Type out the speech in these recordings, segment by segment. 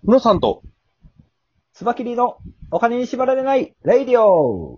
ムロさんと、 スバキリのお金に縛られないレイディオ。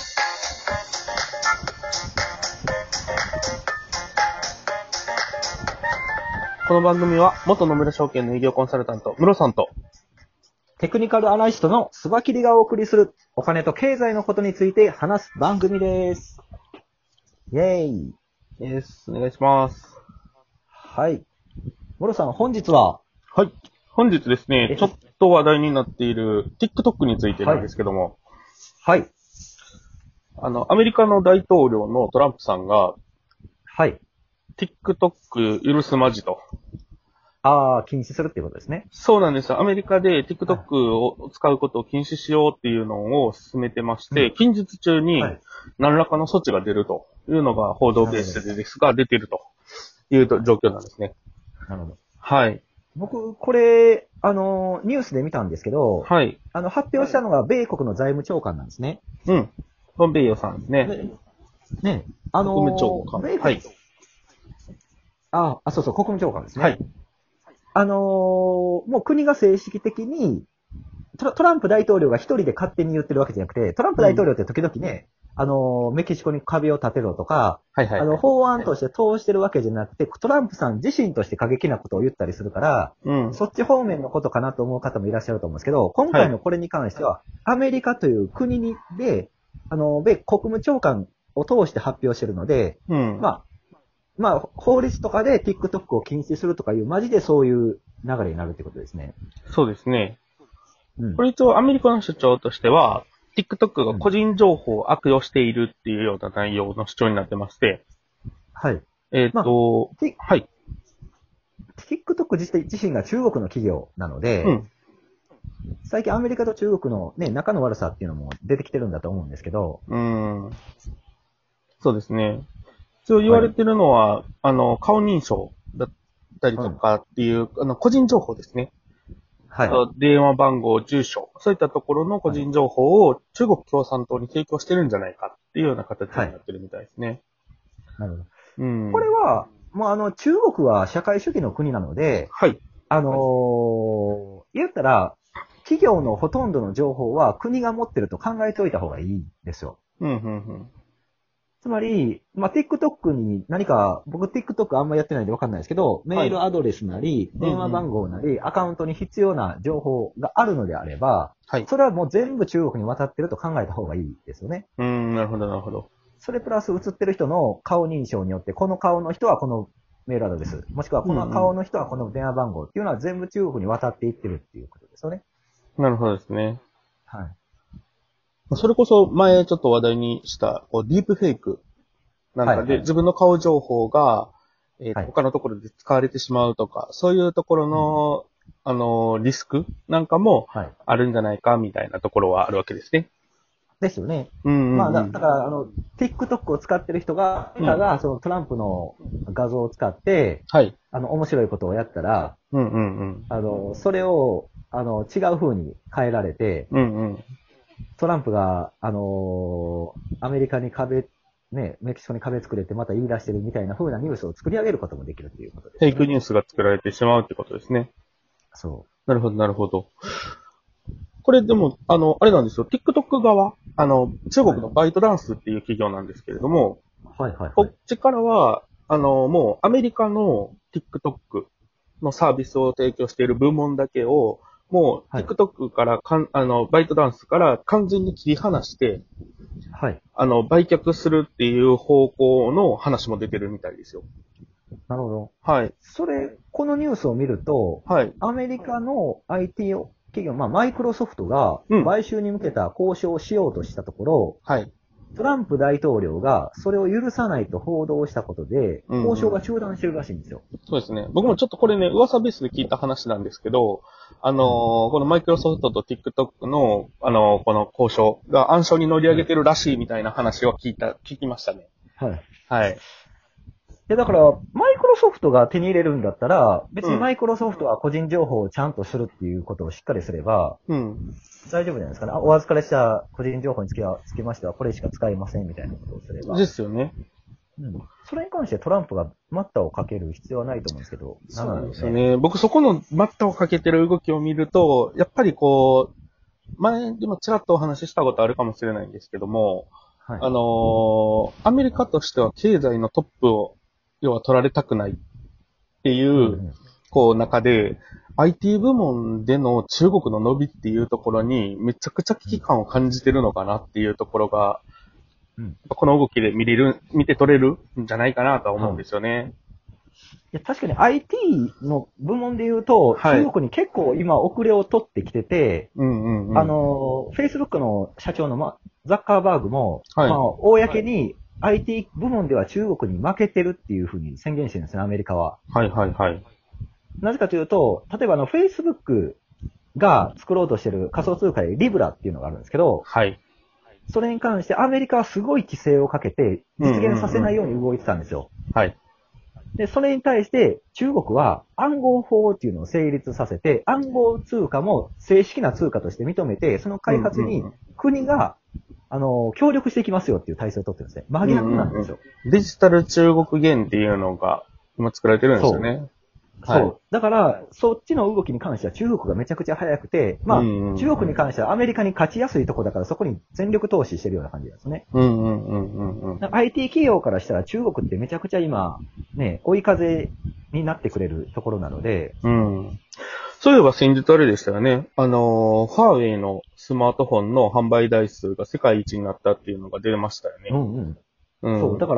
この番組は元野村証券の営業コンサルタント、ムロさんと、 テクニカルアナリストのスバキリがお送りするお金と経済のことについて話す番組です。イェーイ。 お願いします。 はい。モロさん、本日は、 はい。本日ですね、ちょっと話題になっている TikTok についてなんですけども、 はい。 アメリカの大統領のトランプさんが、 はい。 TikTok 許すまじと。 禁止するっていうことですね。 そうなんですよ。アメリカで TikTok を使うことを禁止しようっていうのを進めてまして、近日中に何らかの措置が出るというのが報道ベースでですが、出ているという状況なんですね。 なるほど。 はい。 僕、これ、ニュースで見たんですけど、 はい。 発表したのが米国の財務長官なんですね。 うん。ポンペイオさんですね。 ね。 国務長官。はい。 そうそう、国務長官ですね。 はい。 もう国が正式的にトランプ大統領が一人で勝手に言ってるわけじゃなくて、トランプ大統領って時々ね、メキシコに壁を建てろとか、 はいはい。 法案として通してるわけじゃなくて、トランプさん自身として過激なことを言ったりするから、 うん。 そっち方面のことかなと思う方もいらっしゃると思うんですけど、今回のこれに関しては、アメリカという国で、米国務長官を通して発表してるので、 うん。 法律とかで TikTok を禁止するとかいう、マジでそういう流れになるってことですね。 そうですね。 うん。 これ一応アメリカの主張としては、TikTok が個人情報を悪用しているっていうような内容の主張になってまして、 はい。 はい。 TikTok 自身が中国の企業なので、 うん。 最近アメリカと中国のね、仲の悪さっていうのも出てきてるんだと思うんですけど、 そうですね。一応言われてるのは、顔認証だったりとかっていう、個人情報ですね。 はい。 電話番号、住所、そういったところの個人情報を中国共産党に提供してるんじゃないかっていうような形になってるみたいですね。 なるほど。 うん。 これは、もう中国は社会主義の国なので、 はい。 言ったら、企業のほとんどの情報は国が持ってると考えておいた方がいいんですよ。つまり、TikTok に何か、僕 TikTok あんまやってないんでわかんないですけど、メールアドレスなり、電話番号なり、アカウントに必要な情報があるのであれば、それはもう全部中国に渡ってると考えた方がいいですよね。 なるほど、なるほど。 それプラス映ってる人の顔認証によって、この顔の人はこのメールアドレス、もしくはこの顔の人はこの電話番号っていうのは全部中国に渡っていってるっていうことですよね。 なるほどですね。 はい。 それこそ前ちょっと話題にしたディープフェイクなんかで自分の顔情報が、他のところで使われてしまうとか、そういうところの、リスクなんかもあるんじゃないかみたいなところはあるわけですね。 ですよね。だから、TikTok を使ってる人が、そのトランプの画像を使って、面白いことをやったら、それを、違う風に変えられて、トランプが、アメリカにメキシコに壁作れてまた言い出してるみたいな風なニュースを作り上げることもできるということです、 ね。フェイクニュースが作られてしまうってことですね。 そう。 なるほど、なるほど。これでも、あれなんですよ。TikTok 側、中国のバイトダンスっていう企業なんですけれども、こっちからは、もうアメリカの TikTok のサービスを提供している部門だけを、もう TikTok からバイトダンスから完全に切り離して、売却するっていう方向の話も出てるみたいですよ。 なるほど。 はい。 このニュースを見ると、アメリカの IT 企業、マイクロソフトが買収に向けた交渉をしようとしたところ、トランプ大統領がそれを許さないと報道したことで、交渉が中断してるらしいんですよ。 そうですね。僕もちょっとこれね、噂ベースで聞いた話なんですけど、このマイクロソフトと TikTok の、この交渉が暗礁に乗り上げてるらしいみたいな話を聞きましたね。はい。 だから、マイクロソフトが手に入れるんだったら、別にマイクロソフトは個人情報をちゃんとするっていうことをしっかりすれば、大丈夫じゃないですかね。お預かりした個人情報につきましては、これしか使えませんみたいなことをすれば。 ですよね。 うん。それに関してトランプが待ったをかける必要はないと思うんですけど、 そうなんですよね。僕そこの待ったをかけてる動きを見ると、やっぱりこう、前にもちらっとお話ししたことあるかもしれないんですけども、はい、アメリカとしては経済のトップを、要は取られたくないっていう、こう中で、IT 部門での中国の伸びっていうところにめちゃくちゃ危機感を感じてるのかなっていうところが、この動きで見て取れるんじゃないかなとは思うんですよね。 いや確かに IT の部門で言うと、はい、中国に結構今遅れを取ってきてて、Facebook の社長の、ザッカーバーグも、はい、公に IT 部門では中国に負けてるっていうふうに宣言してるんですね、アメリカは。 はいはいはい。 なぜかというと、例えばFacebook が作ろうとしてる仮想通貨でリブラっていうのがあるんですけど、はい。それに関してアメリカはすごい規制をかけて実現させないように動いてたんですよ。はい。で、それに対して中国は暗号法っていうのを成立させて、暗号通貨も正式な通貨として認めて、その開発に国が、協力していきますよっていう体制を取ってるんですね。真逆なんですよ。 デジタル中国元っていうのが今作られてるんですよね。 そう。はい、だから、そっちの動きに関しては中国がめちゃくちゃ早くて、まあ、中国に関してはアメリカに勝ちやすいところだからそこに全力投資してるような感じですね。IT 企業からしたら中国ってめちゃくちゃ今、ね、追い風になってくれるところなので。 そういえば先日あれでしたよね。ファーウェイのスマートフォンの販売台数が世界一になったっていうのが出ましたよね。 そう。だから、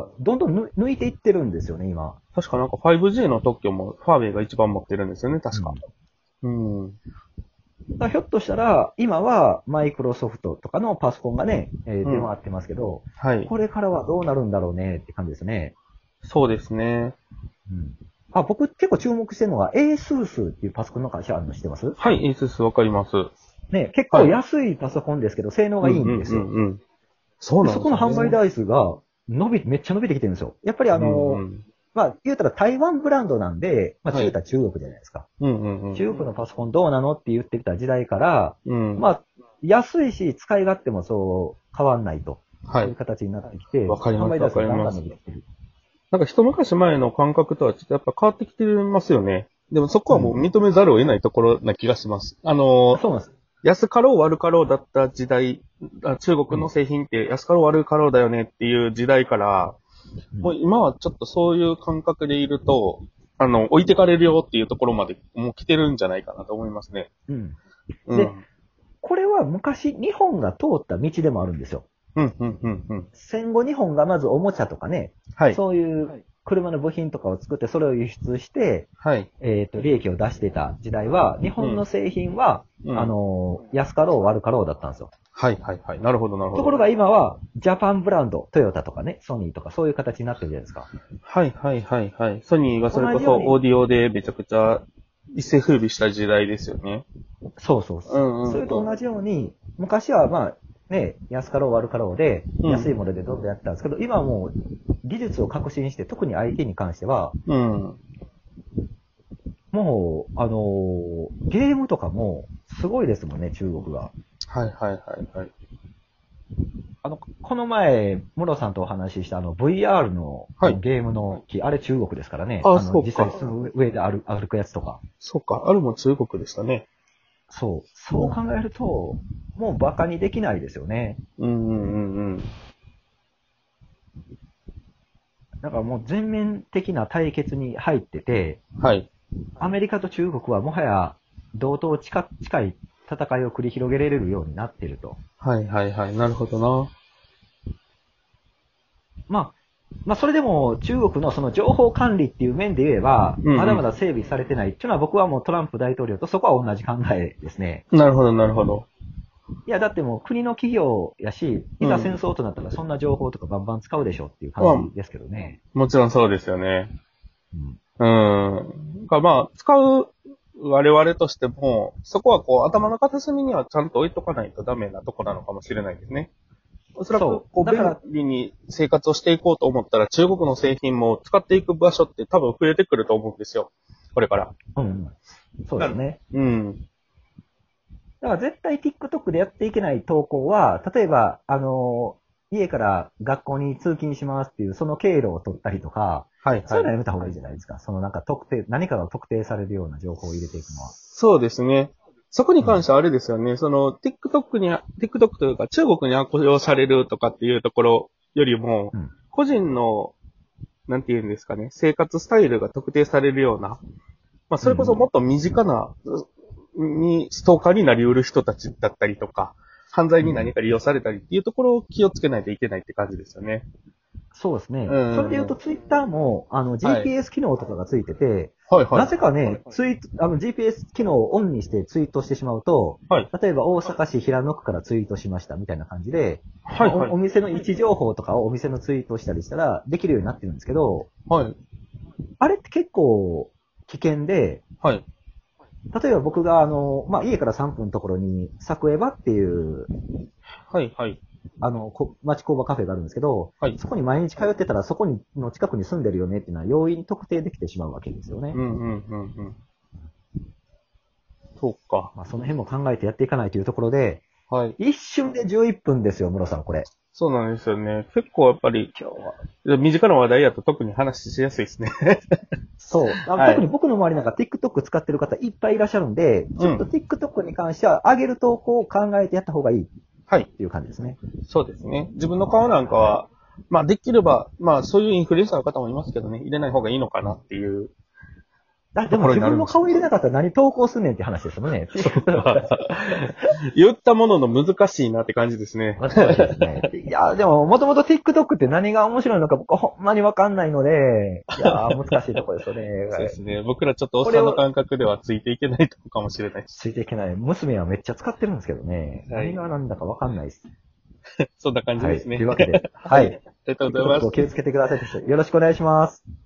どんどん抜いていってるんですよね、今。 確かなんか 5G の特許もファーウェイが一番持ってるんですよね、確か。 ひょっとしたら、今はマイクロソフトとかのパソコンがね、出回ってますけど、はい。これからはどうなるんだろうねって感じですね。 そうですね。 僕結構注目してるのが ASUS っていうパソコンの会社あるの知ってます？ はい、ASUS わかります。 ね、結構安いパソコンですけど、性能がいいんですよ。そうなんですね。そこの販売台数がめっちゃ伸びてきてるんですよ。やっぱりまあ、言うたら台湾ブランドなんで、まあ、言うたら中国じゃないですか。中国のパソコンどうなのって言ってた時代から、まあ、安いし、使い勝手もそう変わんないと。はい。そういう形になってきて、販売台数がガンガン伸びてきてる。 なんか一昔前の感覚とはちょっとやっぱ変わってきてますよね。でもそこはもう認めざるを得ないところな気がします。そうなんです。安かろう悪かろうだった時代、中国の製品って安かろう悪かろうだよねっていう時代から、もう今はちょっとそういう感覚でいると、置いてかれるよっていうところまでもう来てるんじゃないかなと思いますね。 で、これは昔日本が通った道でもあるんですよ。戦後日本がまずおもちゃとかね、はい、そういう車の部品とかを作ってそれを輸出して、はい、利益を出してた時代は、日本の製品は、安かろう悪かろうだったんですよ。 はいはいはい。なるほどなるほど。 ところが今は、ジャパンブランド、トヨタとかね、ソニーとかそういう形になってるじゃないですか。 はいはいはいはい。ソニーがそれこそオーディオでめちゃくちゃ一世風靡した時代ですよね。 そうそうそう。それと同じように、昔はまあ、ね、安かろう悪かろうで、安いものでどんどんやってたんですけど、今はもう技術を革新して、特に IT に関しては、もう、ゲームとかもすごいですもんね、中国が。 はいはいはいはい。 この前、ムロさんとお話ししたVR のゲームの木、あれ中国ですからね。 そうか。 実際その上で歩くやつとか。 そうか、あれも中国でしたね。 そう。そう考えると、もう馬鹿にできないですよね。だからもう全面的な対決に入ってて、はい。アメリカと中国はもはや同等近い戦いを繰り広げられるようになっていると。 はいはいはい。なるほどな。 まあ、それでも中国のその情報管理っていう面で言えば、まだまだ整備されてないっていうのは僕はもうトランプ大統領とそこは同じ考えですね。 なるほどなるほど。 いや、だってもう国の企業やし、いざ戦争となったらそんな情報とかバンバン使うでしょっていう感じですけどね。 もちろんそうですよね。まあ、使う我々としても、そこはこう頭の片隅にはちゃんと置いとかないとダメなとこなのかもしれないですね。おそらく、こう、便利に生活をしていこうと思ったら、中国の製品も使っていく場所って多分増えてくると思うんですよ。これから。 そうですね。だから絶対 TikTok でやっていけない投稿は、例えば、 家から学校に通勤しますっていう、その経路を取ったりとか、はいはい。そういうのやめた方がいいじゃないですか。そのなんか何かが特定されるような情報を入れていくのは。 そうですね。そこに関してはあれですよね。その、TikTok というか中国に悪用されるとかっていうところよりも、個人の、なんて言うんですかね、生活スタイルが特定されるような、まあ、それこそもっと身近な、ストーカーになり得る人たちだったりとか、犯罪に何か利用されたりっていうところを気をつけないといけないって感じですよね。 そうですね。それで言うと、ツイッターも、GPS 機能とかがついてて、はいはい。なぜかね、GPS 機能をオンにしてツイートしてしまうと、はい。例えば大阪市平野区からツイートしましたみたいな感じで、はいはい。お店の位置情報とかをお店のツイートしたりしたらできるようになってるんですけど、はい。あれって結構危険で、はい。例えば僕が家から3分のところに、サクエバっていう、はいはい。町工場カフェがあるんですけど、はい。そこに毎日通ってたら、そこの近くに住んでるよねっていうのは容易に特定できてしまうわけですよね。うんうんうんうん。 そうか。 まあその辺も考えてやっていかないというところで、はい。一瞬で11分ですよ、室さん、これ。 そうなんですよね。結構やっぱり、今日は。身近な話題やと特に話しやすいですね。 そう。特に僕の周りなんか TikTok 使ってる方いっぱいいらっしゃるんで、ちょっと TikTok に関しては上げる投稿を考えてやった方がいい。はい。っていう感じですね。 そうですね。自分の顔なんかは、まあできれば、まあそういうインフルエンサーの方もいますけどね、入れない方がいいのかなっていうでも自分の顔入れなかったら何投稿すんねんって話ですもんね。 言ったものの難しいなって感じですね。 難しいですね。いや、でも、もともと TikTok って何が面白いのか僕ほんまにわかんないので、いや、難しいところですよね。 そうですね。僕らちょっとおっさんの感覚ではついていけないとこかもしれない。 ついていけない。娘はめっちゃ使ってるんですけどね。はい、何が何だかわかんないです。 そんな感じですね。 はい、というわけで。はい。 ありがとうございます。 気をつけてください。よろしくお願いします。